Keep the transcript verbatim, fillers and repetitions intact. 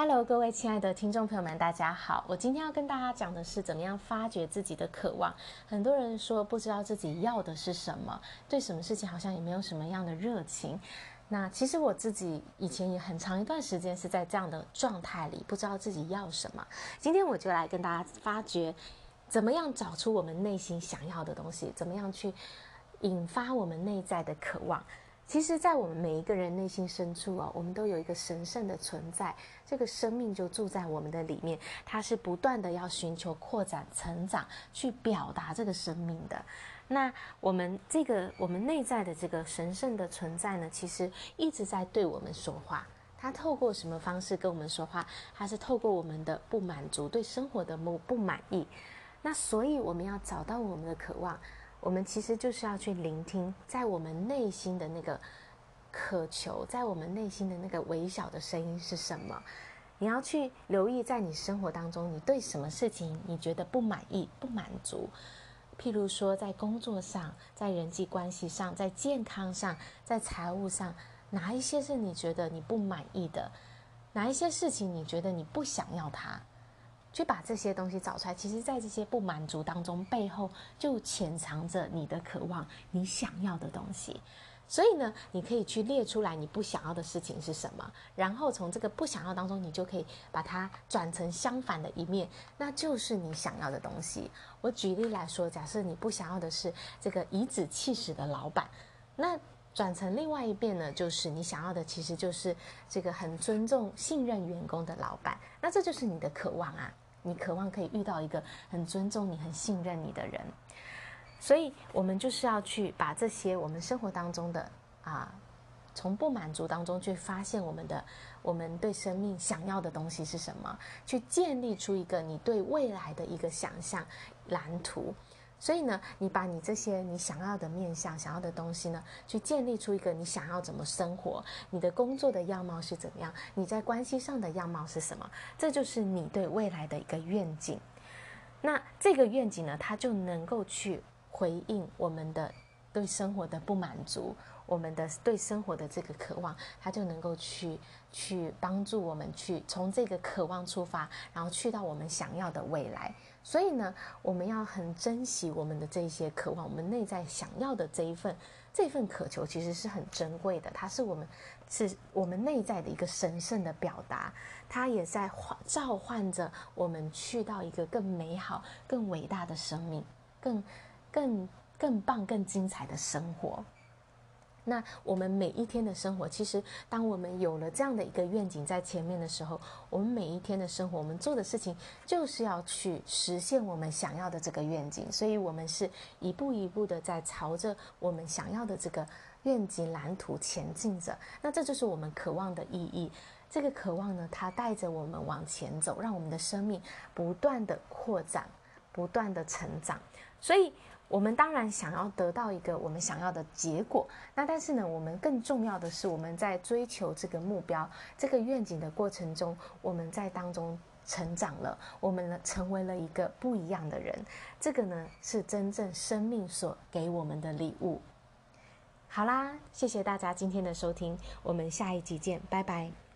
Hello， 各位亲爱的听众朋友们，大家好。我今天要跟大家讲的是怎么样发掘自己的渴望。很多人说不知道自己要的是什么，对什么事情好像也没有什么样的热情。那其实我自己以前也很长一段时间是在这样的状态里，不知道自己要什么。今天我就来跟大家发掘，怎么样找出我们内心想要的东西，怎么样去引发我们内在的渴望。其实在我们每一个人内心深处哦，我们都有一个神圣的存在，这个生命就住在我们的里面，它是不断的要寻求扩展成长，去表达这个生命的。那我们这个我们内在的这个神圣的存在呢，其实一直在对我们说话。它透过什么方式跟我们说话？它是透过我们的不满足，对生活的不不满意。那所以我们要找到我们的渴望，我们其实就是要去聆听在我们内心的那个渴求，在我们内心的那个微小的声音是什么。你要去留意在你生活当中，你对什么事情你觉得不满意不满足，譬如说在工作上，在人际关系上，在健康上，在财务上，哪一些是你觉得你不满意的，哪一些事情你觉得你不想要它，去把这些东西找出来。其实在这些不满足当中，背后就潜藏着你的渴望，你想要的东西。所以呢，你可以去列出来你不想要的事情是什么，然后从这个不想要当中，你就可以把它转成相反的一面，那就是你想要的东西。我举例来说，假设你不想要的是这个颐指气使的老板，那转成另外一边呢，就是你想要的其实就是这个很尊重信任员工的老板，那这就是你的渴望啊，你渴望可以遇到一个很尊重你很信任你的人。所以我们就是要去把这些我们生活当中的啊，从不满足当中去发现我们的我们对生命想要的东西是什么，去建立出一个你对未来的一个想象蓝图。所以呢，你把你这些你想要的面向想要的东西呢，去建立出一个你想要怎么生活，你的工作的样貌是怎么样，你在关系上的样貌是什么，这就是你对未来的一个愿景。那这个愿景呢，它就能够去回应我们的对生活的不满足，我们的对生活的这个渴望，它就能够去去帮助我们去从这个渴望出发，然后去到我们想要的未来。所以呢，我们要很珍惜我们的这些渴望，我们内在想要的这一份这份渴求，其实是很珍贵的，它是我们是我们内在的一个神圣的表达，它也在召唤着我们去到一个更美好更伟大的生命，更更更棒更精彩的生活。那我们每一天的生活，其实当我们有了这样的一个愿景在前面的时候，我们每一天的生活，我们做的事情就是要去实现我们想要的这个愿景。所以我们是一步一步的在朝着我们想要的这个愿景蓝图前进着。那这就是我们渴望的意义。这个渴望呢，它带着我们往前走，让我们的生命不断的扩展，不断的成长。所以我们当然想要得到一个我们想要的结果，那但是呢，我们更重要的是我们在追求这个目标这个愿景的过程中，我们在当中成长了，我们呢成为了一个不一样的人。这个呢是真正生命所给我们的礼物。好啦，谢谢大家今天的收听，我们下一集见，拜拜。